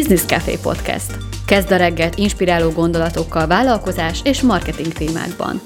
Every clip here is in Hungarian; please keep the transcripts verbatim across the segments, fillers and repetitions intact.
Business Café Podcast. Kezd a reggelt inspiráló gondolatokkal vállalkozás és marketing témákban.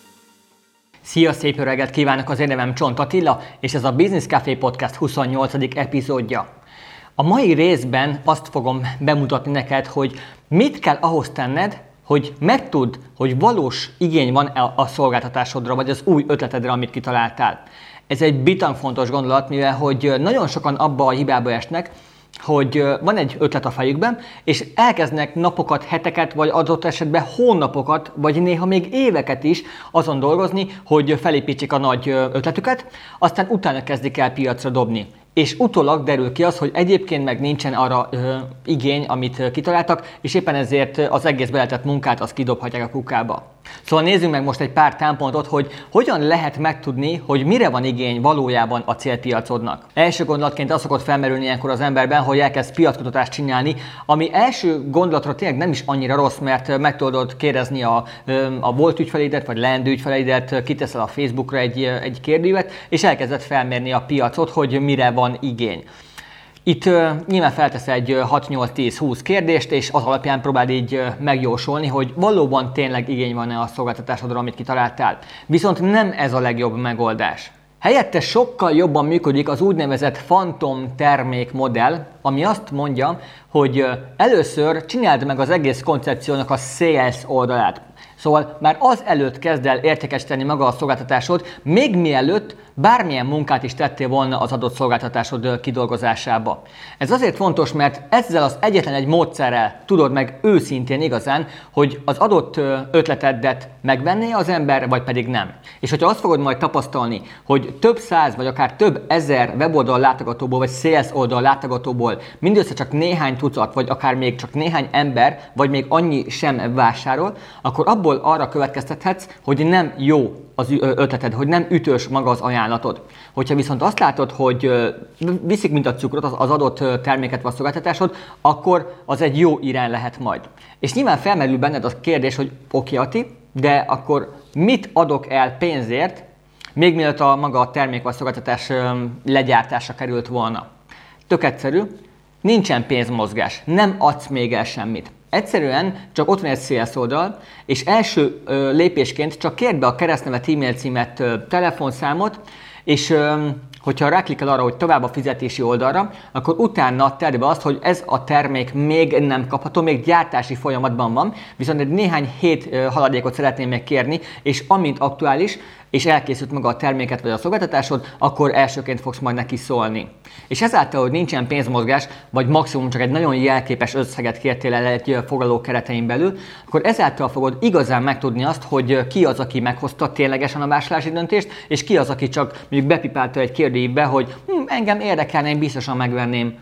Szia, szép jó reggelt kívánok, az én nevem Csont Attila, és ez a Business Café Podcast huszonnyolcadik epizódja. A mai részben azt fogom bemutatni neked, hogy mit kell ahhoz tenned, hogy megtudd, hogy valós igény van a szolgáltatásodra, vagy az új ötletedre, amit kitaláltál. Ez egy bitang fontos gondolat, mivel hogy nagyon sokan abba a hibába esnek, hogy van egy ötlet a fejükben, és elkezdnek napokat, heteket, vagy adott esetben hónapokat, vagy néha még éveket is azon dolgozni, hogy felépítsék a nagy ötletüket, aztán utána kezdik el piacra dobni. És utólag derül ki az, hogy egyébként meg nincsen arra ö, igény, amit kitaláltak, és éppen ezért az egész beletett munkát azt kidobhatják a kukába. Szóval nézzünk meg most egy pár támpontot, hogy hogyan lehet megtudni, hogy mire van igény valójában a célpiacodnak. Első gondolatként az szokott felmerülni ilyenkor az emberben, hogy elkezd piackutatást csinálni, ami első gondolatra tényleg nem is annyira rossz, mert meg tudod kérdezni a, a volt ügyfeleidet, vagy leendő ügyfeleidet, kiteszel a Facebookra egy, egy kérdőívet, és elkezded felmérni a piacot, hogy mire van igény. Itt uh, nyilván feltesz egy hat nyolc tíz húsz kérdést, és az alapján próbáld így uh, megjósolni, hogy valóban tényleg igény van-e a szolgáltatásodra, amit kitaláltál. Viszont nem ez a legjobb megoldás. Helyette sokkal jobban működik az úgynevezett fantom termékmodell, ami azt mondja, hogy uh, először csináld meg az egész koncepciónak a sales oldalát. Szóval már az előtt kezd el értékesíteni maga a szolgáltatásod, még mielőtt bármilyen munkát is tettél volna az adott szolgáltatásod kidolgozásába. Ez azért fontos, mert ezzel az egyetlen egy módszerrel tudod meg őszintén igazán, hogy az adott ötletedet megvenné az ember, vagy pedig nem. És hogyha azt fogod majd tapasztalni, hogy több száz, vagy akár több ezer weboldal látogatóból, vagy sales oldal látogatóból mindössze csak néhány tucat, vagy akár még csak néhány ember, vagy még annyi sem vásárol, akkor abból arra következtethetsz, hogy nem jó az ötleted, hogy nem ütős maga az ajánlatod. Hogyha viszont azt látod, hogy viszik mint a cukrot az adott terméket vagy szolgáltatásod, akkor az egy jó irány lehet majd. És nyilván felmerül benned a kérdés, hogy oké, Ati, de akkor mit adok el pénzért, még mielőtt a maga a termék vagy szolgáltatás legyártásra került volna? Tök egyszerű, nincsen pénzmozgás, nem adsz még el semmit. Egyszerűen csak ott van egy sales oldal, és első ö, lépésként csak kérd be a keresztnevet, e-mail címet, ö, telefonszámot, és ö, hogyha ráklikkel arra, hogy tovább a fizetési oldalra, akkor utána tedd be azt, hogy ez a termék még nem kapható, még gyártási folyamatban van, viszont egy néhány hét ö, haladékot szeretném még kérni, és amint aktuális, és elkészült maga a terméket vagy a szolgáltatásod, akkor elsőként fogsz majd neki szólni. És ezáltal, hogy nincsen pénzmozgás, vagy maximum csak egy nagyon jelképes összeget kértél el egy foglaló keretein belül, akkor ezáltal fogod igazán megtudni azt, hogy ki az, aki meghozta ténylegesen a vásárlási döntést, és ki az, aki csak mondjuk bepipálta egy kérdőívbe, hogy hm, engem érdekelne, én biztosan megvenném.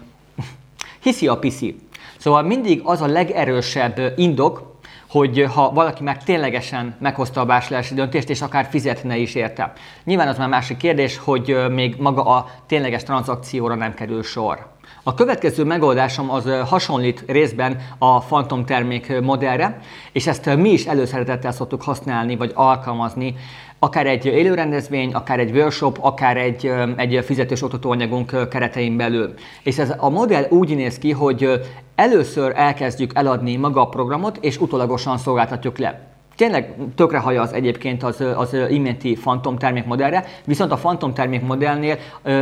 Hiszi a piszi. Szóval mindig az a legerősebb indok, hogy ha valaki már ténylegesen meghozta a vásárlási döntést, és akár fizetne is érte. Nyilván az már másik kérdés, hogy még maga a tényleges tranzakcióra nem kerül sor. A következő megoldásom az hasonlít részben a fantom termék modellre, és ezt mi is előszeretettel szoktuk használni, vagy alkalmazni, akár egy élőrendezvény, akár egy workshop, akár egy, egy fizetős oktatóanyagunk keretein belül. És ez a modell úgy néz ki, hogy először elkezdjük eladni maga a programot, és utólagosan szolgáltatjuk le. Tényleg tökre hajaz egyébként az, az iménti fantom termékmodellre, viszont a fantom termékmodellnél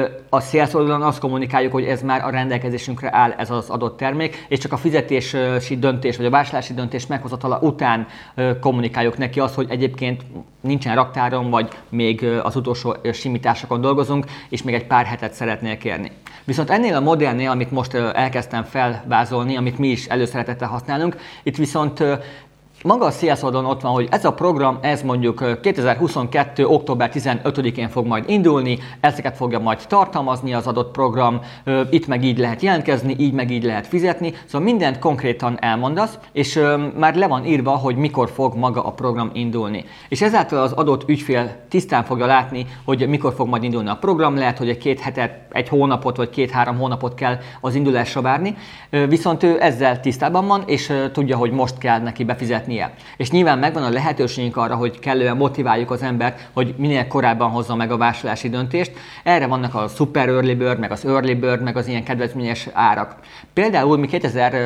a sales oldalon azt kommunikáljuk, hogy ez már a rendelkezésünkre áll ez az adott termék, és csak a fizetési döntés vagy a vásárlási döntés meghozatala után kommunikáljuk neki azt, hogy egyébként nincsen raktáron, vagy még az utolsó simításokon dolgozunk, és még egy pár hetet szeretnél kérni. Viszont ennél a modellnél, amit most elkezdtem felvázolni, amit mi is előszeretettel használunk, itt viszont maga a sales oldalon ott van, hogy ez a program, ez mondjuk kétezer-huszonkettő. október tizenötödikén fog majd indulni, ezeket fogja majd tartalmazni az adott program, itt meg így lehet jelentkezni, így meg így lehet fizetni, szóval mindent konkrétan elmondasz, és már le van írva, hogy mikor fog maga a program indulni. És ezáltal az adott ügyfél tisztán fogja látni, hogy mikor fog majd indulni a program, lehet, hogy egy két hetet, egy hónapot vagy két-három hónapot kell az indulásra várni, viszont ő ezzel tisztában van, és tudja, hogy most kell neki befizetni. És nyilván megvan a lehetőségünk arra, hogy kellően motiváljuk az embert, hogy minél korábban hozza meg a vásárlási döntést. Erre vannak a Super Early Bird, meg az Early Bird, meg az ilyen kedvezményes árak. Például mi kétezer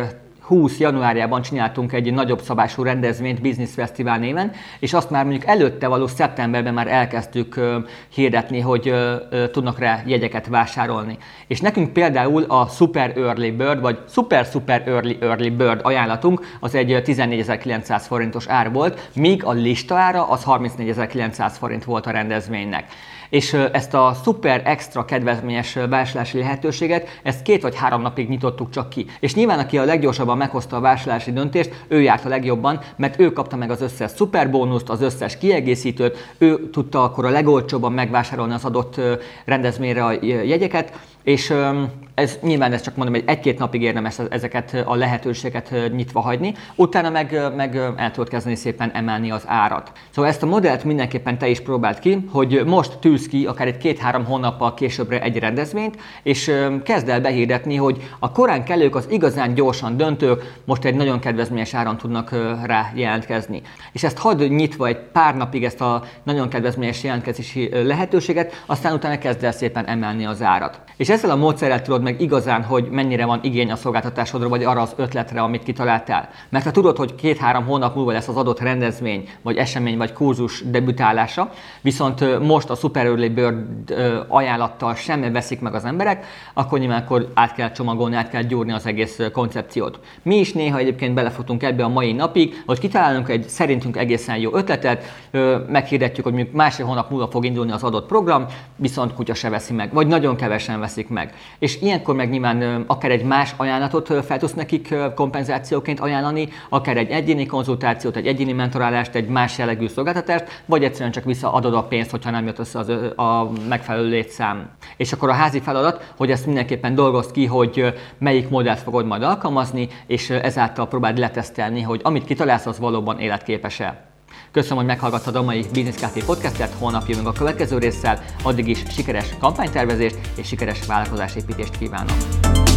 kétezer-húsz januárjában csináltunk egy nagyobb szabású rendezvényt Business Fesztivál néven, és azt már mondjuk előtte való szeptemberben már elkezdtük uh, hirdetni, hogy uh, uh, tudnak rá jegyeket vásárolni. És nekünk például a Super Early Bird, vagy Super Super Early Early Bird ajánlatunk az egy tizennégyezer-kilencszáz forintos ár volt, míg a listaára az harmincnégyezer-kilencszáz forint volt a rendezvénynek. És ezt a szuper extra kedvezményes vásárlási lehetőséget, ezt két vagy három napig nyitottuk csak ki. És nyilván, aki a leggyorsabban meghozta a vásárlási döntést, ő járt a legjobban, mert ő kapta meg az összes szuperbónuszt, az összes kiegészítőt, ő tudta akkor a legolcsóbban megvásárolni az adott rendezvényre a jegyeket, és ez nyilván ez csak mondom, hogy egy-két napig érdemes ezeket a lehetőségeket nyitva hagyni, utána meg, meg el tudod kezdeni szépen emelni az árat. Szóval ezt a modellt mindenképpen te is próbáld ki, hogy most tűz ki akár egy két-három hónappal későbbre egy rendezvényt, és kezd el behirdetni, hogy a korán kelők, az igazán gyorsan döntők most egy nagyon kedvezményes áron tudnak rá jelentkezni. És ezt hadd nyitva egy pár napig ezt a nagyon kedvezményes jelentkezési lehetőséget, aztán utána kezd el szépen emelni az árat. És ezzel a módszerrel tudod meg igazán, hogy mennyire van igény a szolgáltatásodra, vagy arra az ötletre, amit kitaláltál. Mert ha tudod, hogy két-három hónap múlva lesz az adott rendezvény, vagy esemény, vagy kurzus debütálása, viszont most a Super Early Bird ajánlattal sem veszik meg az emberek, akkor nyilván akkor át kell csomagolni, át kell gyúrni az egész koncepciót. Mi is néha egyébként belefutunk ebbe a mai napig, hogy kitalálunk egy szerintünk egészen jó ötletet, meghirdetjük, hogy mondjuk másfél hónap múlva fog indulni az adott program, viszont kutya se veszi meg, vagy nagyon kevesen veszik meg. És ilyenkor meg nyilván akár egy más ajánlatot fel tudsz nekik kompenzációként ajánlani, akár egy egyéni konzultációt, egy egyéni mentorálást, egy más jellegű szolgáltatást, vagy egyszerűen csak visszaadod a pénzt, hogyha nem jött össze az, a megfelelő létszám. És akkor a házi feladat, hogy ezt mindenképpen dolgozd ki, hogy melyik modellt fogod majd alkalmazni, és ezáltal próbáld letesztelni, hogy amit kitalálsz, az valóban életképes-e. Köszönöm, hogy meghallgattad a mai Business Café podcastet, holnap jövünk a következő résszel, addig is sikeres kampánytervezést és sikeres vállalkozásépítést kívánok!